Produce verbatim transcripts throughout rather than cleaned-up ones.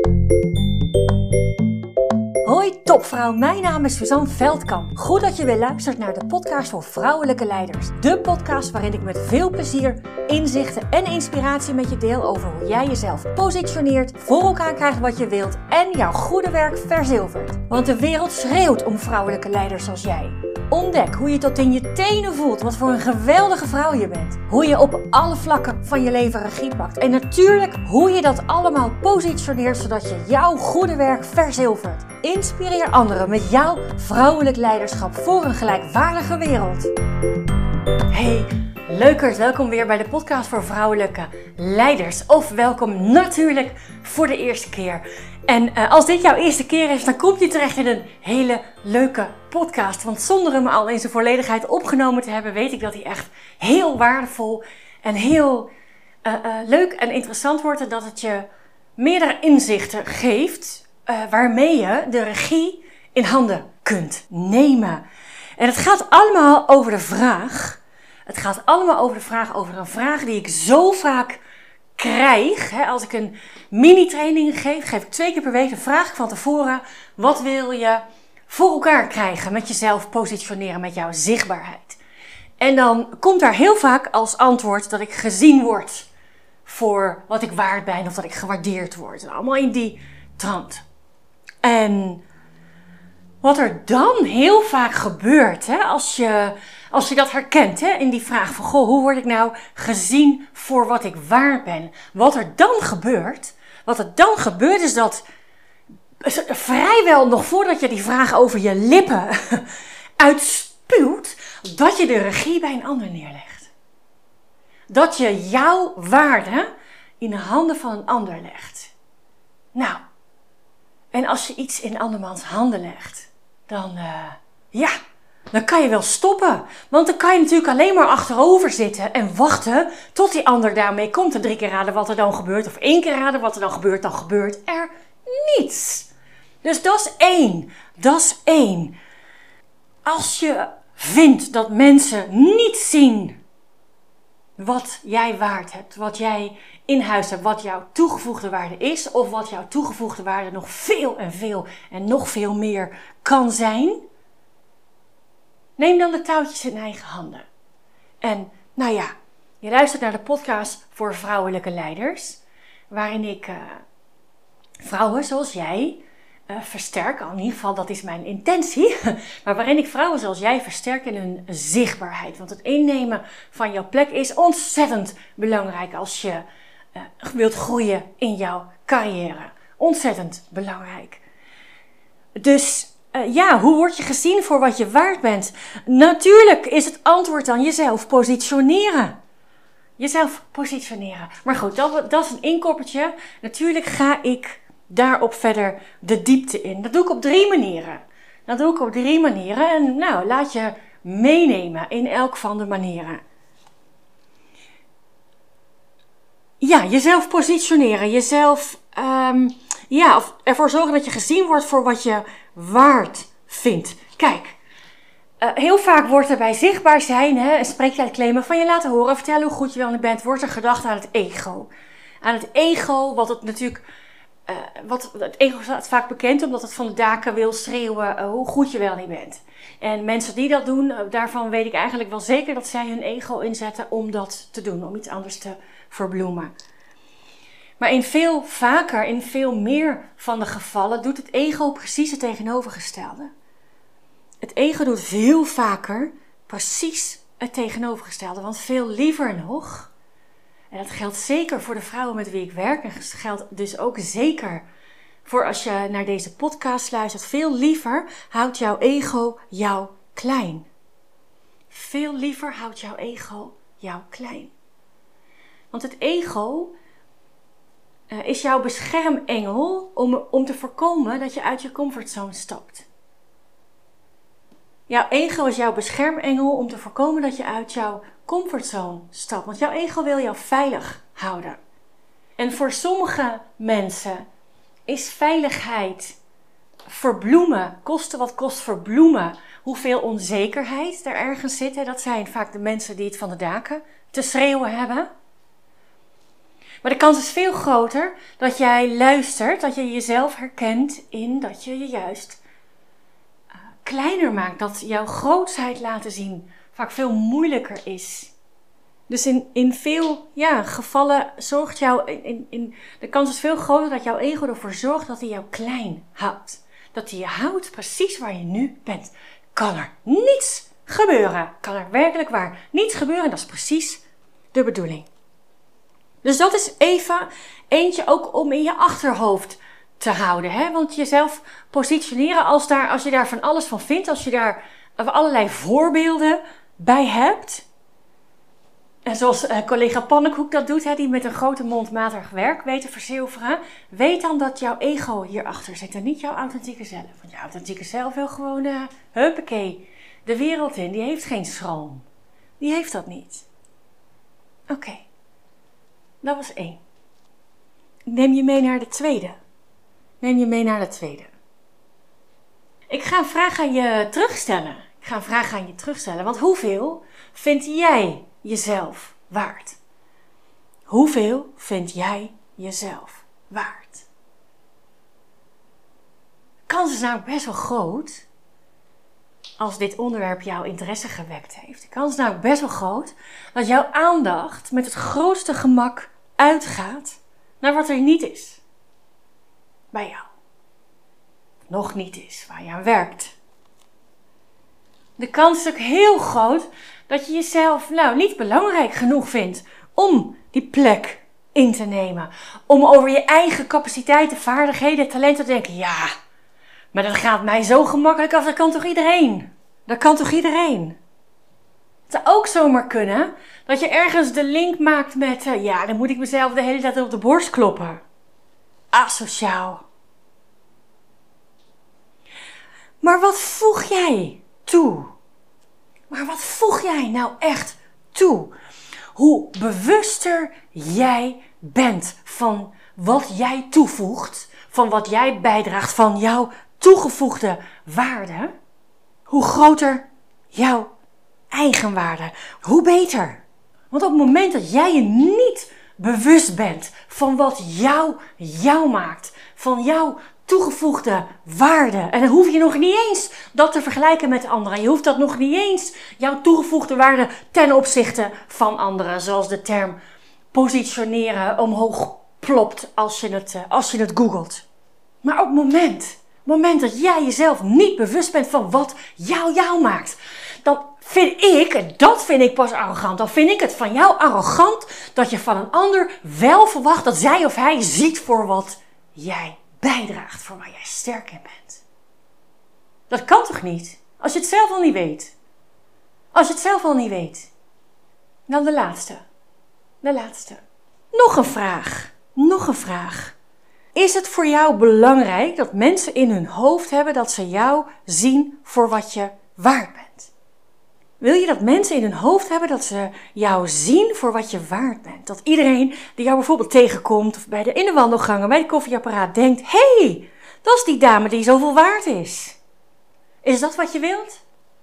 Hoi topvrouw, mijn naam is Suzanne Veldkamp. Goed dat je weer luistert naar de podcast voor vrouwelijke leiders. De podcast waarin ik met veel plezier, inzichten en inspiratie met je deel over hoe jij jezelf positioneert, voor elkaar krijgt wat je wilt en jouw goede werk verzilvert. Want de wereld schreeuwt om vrouwelijke leiders zoals jij. Ontdek hoe je tot in je tenen voelt wat voor een geweldige vrouw je bent. Hoe je op alle vlakken van je leven regie pakt. En natuurlijk hoe je dat allemaal positioneert zodat je jouw goede werk verzilvert. Inspireer anderen met jouw vrouwelijk leiderschap voor een gelijkwaardige wereld. Hey, leukers, welkom weer bij de podcast voor vrouwelijke leiders. Of welkom natuurlijk voor de eerste keer. En uh, als dit jouw eerste keer is, dan kom je terecht in een hele leuke podcast. Want zonder hem al in zijn volledigheid opgenomen te hebben, weet ik dat hij echt heel waardevol en heel uh, uh, leuk en interessant wordt. En dat het je meerdere inzichten geeft uh, waarmee je de regie in handen kunt nemen. En het gaat allemaal over de vraag. Het gaat allemaal over de vraag, over een vraag die ik zo vaak krijg. Hè, als ik een mini-training geef, geef ik twee keer per week een vraag van tevoren. Wat wil je voor elkaar krijgen met jezelf positioneren, met jouw zichtbaarheid? En dan komt daar heel vaak als antwoord dat ik gezien word voor wat ik waard ben of dat ik gewaardeerd word. Allemaal in die trant. En wat er dan heel vaak gebeurt, hè, als je, als je dat herkent, hè, in die vraag van, goh, hoe word ik nou gezien voor wat ik waard ben? Wat er dan gebeurt, wat er dan gebeurt is dat vrijwel nog voordat je die vraag over je lippen uitspuwt, dat je de regie bij een ander neerlegt. Dat je jouw waarde in de handen van een ander legt. Nou, en als je iets in andermans handen legt, dan, uh, ja, dan kan je wel stoppen. Want dan kan je natuurlijk alleen maar achterover zitten en wachten tot die ander daarmee komt. En drie keer raden wat er dan gebeurt. Of één keer raden wat er dan gebeurt. Dan gebeurt er niets. Dus dat is één. Dat is één. Als je vindt dat mensen niet zien wat jij waard hebt, wat jij in huis hebt, wat jouw toegevoegde waarde is, of wat jouw toegevoegde waarde nog veel en veel en nog veel meer kan zijn, neem dan de touwtjes in eigen handen. En nou ja, je luistert naar de podcast voor vrouwelijke leiders, waarin ik uh, vrouwen zoals jij uh, versterk, in ieder geval dat is mijn intentie, maar waarin ik vrouwen zoals jij versterk in hun zichtbaarheid. Want het innemen van jouw plek is ontzettend belangrijk als je uh, wilt groeien in jouw carrière. Ontzettend belangrijk. Dus uh, ja, hoe word je gezien voor wat je waard bent? Natuurlijk is het antwoord dan jezelf positioneren. Jezelf positioneren. Maar goed, dat, dat is een inkoppertje. Natuurlijk ga ik daarop verder de diepte in. Dat doe ik op drie manieren. Dat doe ik op drie manieren. En nou, laat je meenemen in elk van de manieren. Ja, jezelf positioneren. Jezelf, um, ja, of ervoor zorgen dat je gezien wordt voor wat je waard vindt. Kijk, uh, heel vaak wordt er bij zichtbaar zijn, hè, en spreektijd claimen van je laten horen, vertellen hoe goed je wel niet bent, wordt er gedacht aan het ego. Aan het ego, wat het natuurlijk, uh, wat, het ego staat vaak bekend omdat het van de daken wil schreeuwen uh, hoe goed je wel niet bent. En mensen die dat doen, uh, daarvan weet ik eigenlijk wel zeker dat zij hun ego inzetten om dat te doen, om iets anders te verbloemen. Maar in veel vaker, in veel meer van de gevallen doet het ego precies het tegenovergestelde. Het ego doet veel vaker precies het tegenovergestelde. Want veel liever nog, en dat geldt zeker voor de vrouwen met wie ik werk, en dat geldt dus ook zeker voor als je naar deze podcast luistert, veel liever houdt jouw ego jou klein. Veel liever houdt jouw ego jou klein. Want het ego uh, is jouw beschermengel om, om te voorkomen dat je uit je comfortzone stapt. Jouw ego is jouw beschermengel om te voorkomen dat je uit jouw comfortzone stapt. Want jouw ego wil jou veilig houden. En voor sommige mensen is veiligheid verbloemen, koste wat kost verbloemen, hoeveel onzekerheid er ergens zit. Dat zijn vaak de mensen die het van de daken te schreeuwen hebben. Maar de kans is veel groter dat jij luistert, dat je jezelf herkent in dat je je juist uh, kleiner maakt. Dat jouw grootsheid laten zien vaak veel moeilijker is. Dus in, in veel ja, gevallen zorgt jouw, in, in, de kans is veel groter dat jouw ego ervoor zorgt dat hij jou klein houdt. Dat hij je houdt precies waar je nu bent. Kan er niets gebeuren. Kan er werkelijk waar niets gebeuren. En dat is precies de bedoeling. Dus dat is even eentje ook om in je achterhoofd te houden. Hè? Want jezelf positioneren als, daar, als je daar van alles van vindt. Als je daar allerlei voorbeelden bij hebt. En zoals uh, collega Pannenkoek dat doet, hè, die met een grote mond matig werk weet te verzilveren. Weet dan dat jouw ego hierachter zit en niet jouw authentieke zelf. Want jouw authentieke zelf wil gewoon, uh, huppakee, de wereld in. Die heeft geen schroom. Die heeft dat niet. Oké, okay. Dat was één. Neem je mee naar de tweede. Neem je mee naar de tweede. Ik ga een vraag aan je terugstellen. Ik ga een vraag aan je terugstellen. Want hoeveel vind jij jezelf waard? Hoeveel vind jij jezelf waard? De kans is nou best wel groot, als dit onderwerp jouw interesse gewekt heeft. De kans is nou best wel groot dat jouw aandacht met het grootste gemak uitgaat naar wat er niet is. Bij jou. Nog niet is, waar je aan werkt. De kans is ook heel groot dat je jezelf nou niet belangrijk genoeg vindt om die plek in te nemen. Om over je eigen capaciteiten, vaardigheden, talenten te denken. Ja, maar dat gaat mij zo gemakkelijk af. Dat kan toch iedereen? Dat kan toch iedereen? Het zou ook zomaar kunnen dat je ergens de link maakt met... Uh, ja, dan moet ik mezelf de hele tijd op de borst kloppen. Asociaal. Maar wat voeg jij toe? Maar wat voeg jij nou echt toe? Hoe bewuster jij bent van wat jij toevoegt, van wat jij bijdraagt, van jouw toegevoegde waarde, hoe groter jouw eigenwaarde, hoe beter. Want op het moment dat jij je niet bewust bent van wat jou jou maakt, van jouw toegevoegde waarde. En dan hoef je nog niet eens dat te vergelijken met anderen. Je hoeft dat nog niet eens, jouw toegevoegde waarde ten opzichte van anderen. Zoals de term positioneren omhoog plopt als je het, als je het googelt. Maar op het moment, moment dat jij jezelf niet bewust bent van wat jou jou maakt, dan vind ik, dat vind ik pas arrogant, dan vind ik het van jou arrogant dat je van een ander wel verwacht dat zij of hij ziet voor wat jij bijdraagt, voor waar jij sterk in bent. Dat kan toch niet? Als je het zelf al niet weet. Als je het zelf al niet weet. Dan de laatste. De laatste. Nog een vraag. Nog een vraag. Is het voor jou belangrijk dat mensen in hun hoofd hebben dat ze jou zien voor wat je waard bent? Wil je dat mensen in hun hoofd hebben dat ze jou zien voor wat je waard bent? Dat iedereen die jou bijvoorbeeld tegenkomt of bij de, in de wandelgangen, bij het koffieapparaat denkt, hé, hey, dat is die dame die zoveel waard is. Is dat wat je wilt?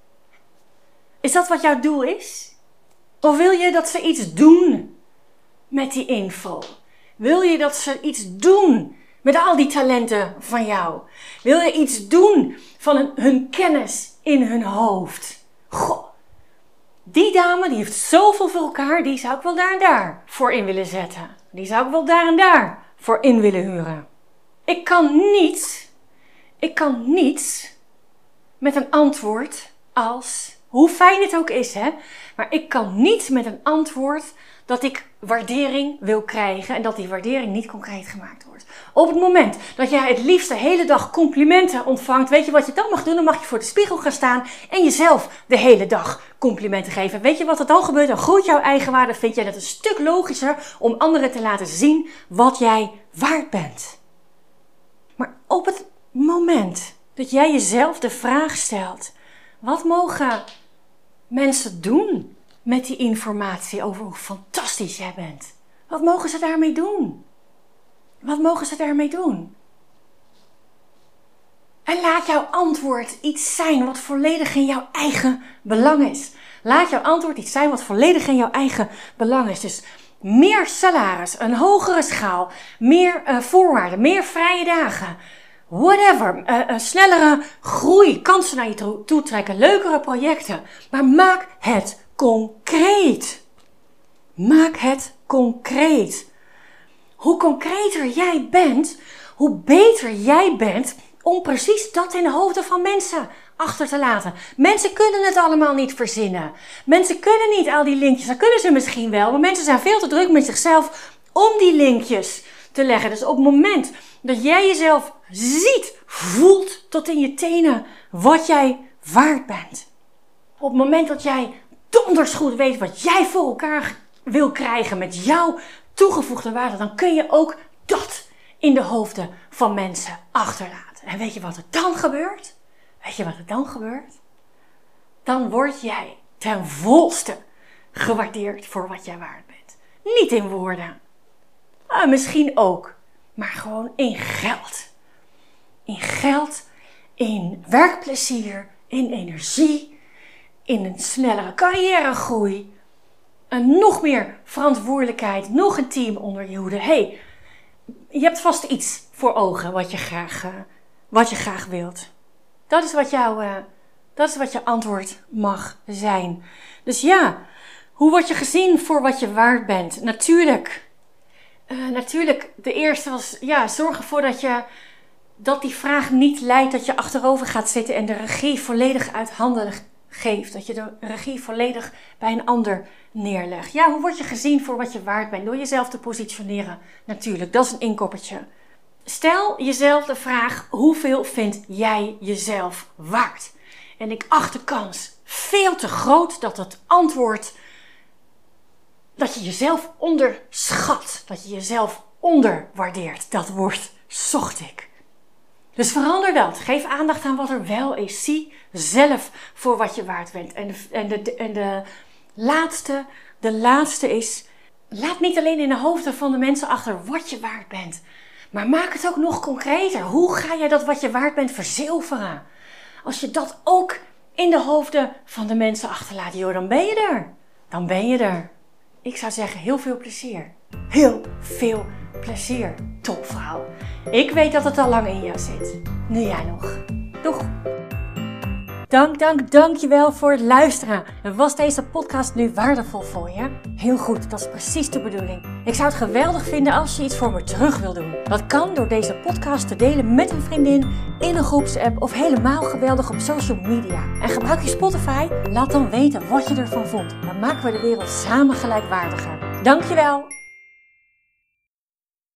Is dat wat jouw doel is? Of wil je dat ze iets doen met die info? Wil je dat ze iets doen met al die talenten van jou? Wil je iets doen van hun, hun kennis in hun hoofd? Goh. Die dame die heeft zoveel voor elkaar, die zou ik wel daar en daar voor in willen zetten. Die zou ik wel daar en daar voor in willen huren. Ik kan niets, ik kan niets met een antwoord als, hoe fijn het ook is, hè. Maar ik kan niet met een antwoord dat ik waardering wil krijgen en dat die waardering niet concreet gemaakt wordt. Op het moment dat jij het liefst de hele dag complimenten ontvangt, weet je wat je dan mag doen? Dan mag je voor de spiegel gaan staan en jezelf de hele dag complimenten geven. Weet je wat er dan gebeurt? Dan groeit jouw eigenwaarde. Vind jij het een stuk logischer om anderen te laten zien wat jij waard bent. Maar op het moment dat jij jezelf de vraag stelt, wat mogen mensen doen met die informatie over hoe fantastisch jij bent? Wat mogen ze daarmee doen? Wat mogen ze daarmee doen? En laat jouw antwoord iets zijn wat volledig in jouw eigen belang is. Laat jouw antwoord iets zijn wat volledig in jouw eigen belang is. Dus meer salaris, een hogere schaal, meer uh, voorwaarden, meer vrije dagen. Whatever, uh, uh, snellere groei, kansen naar je toe, toe trekken, leukere projecten. Maar maak het concreet. Maak het concreet. Hoe concreter jij bent, hoe beter jij bent om precies dat in de hoofden van mensen achter te laten. Mensen kunnen het allemaal niet verzinnen. Mensen kunnen niet al die linkjes, dat kunnen ze misschien wel, maar mensen zijn veel te druk met zichzelf om die linkjes te leggen. Dus op het moment dat jij jezelf ziet, voelt tot in je tenen wat jij waard bent. Op het moment dat jij donders goed weet wat jij voor elkaar wil krijgen met jouw toegevoegde waarde, dan kun je ook dat in de hoofden van mensen achterlaten. En weet je wat er dan gebeurt? Weet je wat er dan gebeurt? Dan word jij ten volste gewaardeerd voor wat jij waard bent. Niet in woorden. Ah, misschien ook. Maar gewoon in geld. In geld, in werkplezier, in energie, in een snellere carrièregroei. En nog meer verantwoordelijkheid, nog een team onder je hoede. Hey, je hebt vast iets voor ogen wat je graag, uh, wat je graag wilt. Dat is wat jouw, uh, dat is wat je antwoord mag zijn. Dus ja, hoe word je gezien voor wat je waard bent? Natuurlijk, uh, natuurlijk, de eerste was, ja, zorg ervoor dat je, dat die vraag niet leidt dat je achterover gaat zitten en de regie volledig uit handen geeft. Dat je de regie volledig bij een ander neerlegt. Ja, hoe word je gezien voor wat je waard bent? Door jezelf te positioneren. Natuurlijk, dat is een inkoppertje. Stel jezelf de vraag, hoeveel vind jij jezelf waard? En ik acht de kans veel te groot dat het antwoord, dat je jezelf onderschat. Dat je jezelf onderwaardeert. Dat woord zocht ik. Dus verander dat. Geef aandacht aan wat er wel is. Zie zelf voor wat je waard bent. En de, en de, en de laatste, de laatste is, laat niet alleen in de hoofden van de mensen achter wat je waard bent. Maar maak het ook nog concreter. Hoe ga jij dat wat je waard bent verzilveren? Als je dat ook in de hoofden van de mensen achterlaat, joh, dan ben je er. Dan ben je er. Ik zou zeggen, heel veel plezier. Heel veel plezier, topvrouw. Ik weet dat het al lang in jou zit. Nu jij nog. Doeg! Dank, dank, dank je wel voor het luisteren. En was deze podcast nu waardevol voor je? Heel goed, dat is precies de bedoeling. Ik zou het geweldig vinden als je iets voor me terug wil doen. Dat kan door deze podcast te delen met een vriendin, in een groepsapp of helemaal geweldig op social media. En gebruik je Spotify? Laat dan weten wat je ervan vond. Dan maken we de wereld samen gelijkwaardiger. Dank je wel.